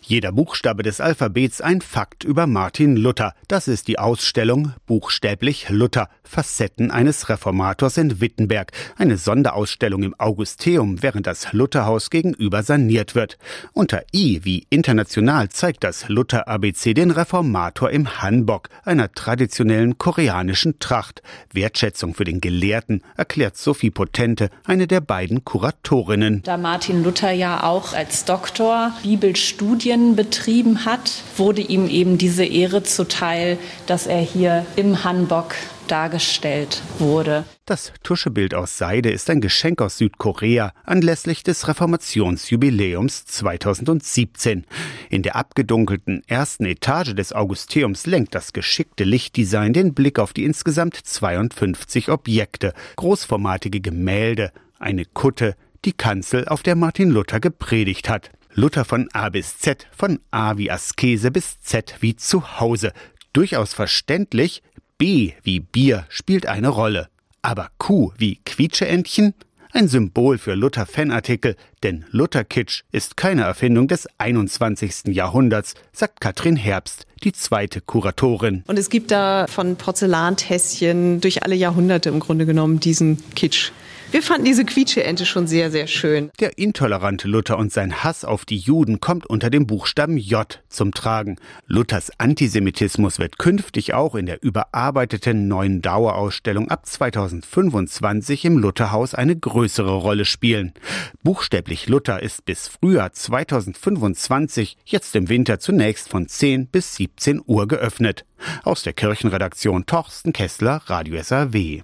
Jeder Buchstabe des Alphabets ein Fakt über Martin Luther. Das ist die Ausstellung Buchstäblich Luther, Facetten eines Reformators in Wittenberg. Eine Sonderausstellung im Augusteum, während das Lutherhaus gegenüber saniert wird. Unter I wie international zeigt das Luther-ABC den Reformator im Hanbok, einer traditionellen koreanischen Tracht. Wertschätzung für den Gelehrten, erklärt Sophie Potente, eine der beiden Kuratorinnen. Da Martin Luther ja auch als Doktor Bibelstudien betrieben hat, wurde ihm eben diese Ehre zuteil, dass er hier im Hanbok dargestellt wurde. Das Tuschebild aus Seide ist ein Geschenk aus Südkorea anlässlich des Reformationsjubiläums 2017. In der abgedunkelten ersten Etage des Augusteums lenkt das geschickte Lichtdesign den Blick auf die insgesamt 52 Objekte, großformatige Gemälde, eine Kutte, die Kanzel, auf der Martin Luther gepredigt hat. Luther von A bis Z, von A wie Askese bis Z wie Zuhause. Durchaus verständlich, B wie Bier spielt eine Rolle. Aber Q wie Quietscheentchen? Ein Symbol für Luther-Fanartikel, denn Luther-Kitsch ist keine Erfindung des 21. Jahrhunderts, sagt Katrin Herbst, die zweite Kuratorin. Und es gibt da von Porzellantässchen durch alle Jahrhunderte im Grunde genommen diesen Kitsch. Wir fanden diese Quietscheente schon sehr, sehr schön. Der intolerante Luther und sein Hass auf die Juden kommt unter dem Buchstaben J zum Tragen. Luthers Antisemitismus wird künftig auch in der überarbeiteten neuen Dauerausstellung ab 2025 im Lutherhaus eine größere Rolle spielen. Buchstäblich Luther ist bis Frühjahr 2025, jetzt im Winter zunächst von 10 bis 17 Uhr geöffnet. Aus der Kirchenredaktion Torsten Kessler, Radio SAW.